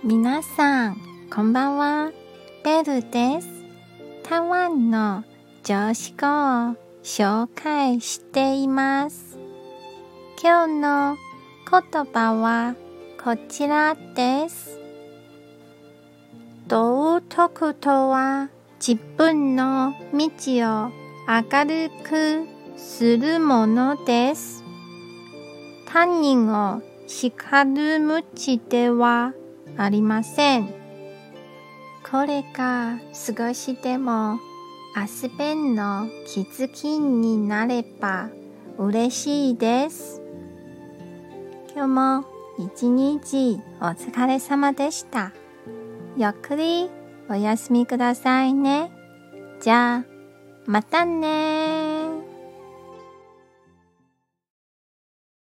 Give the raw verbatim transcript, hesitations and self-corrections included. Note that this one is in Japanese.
皆さん、こんばんは。ベルです。台湾の常識語を紹介しています。今日の言葉はこちらです。道徳とは自分の道を明るくするものです。他人を叱る道ではありません。これが少しでも明日弁の気づきになれば嬉しいです。今日も一日お疲れ様でした。ゆっくりお休みくださいね。じゃあ、またね。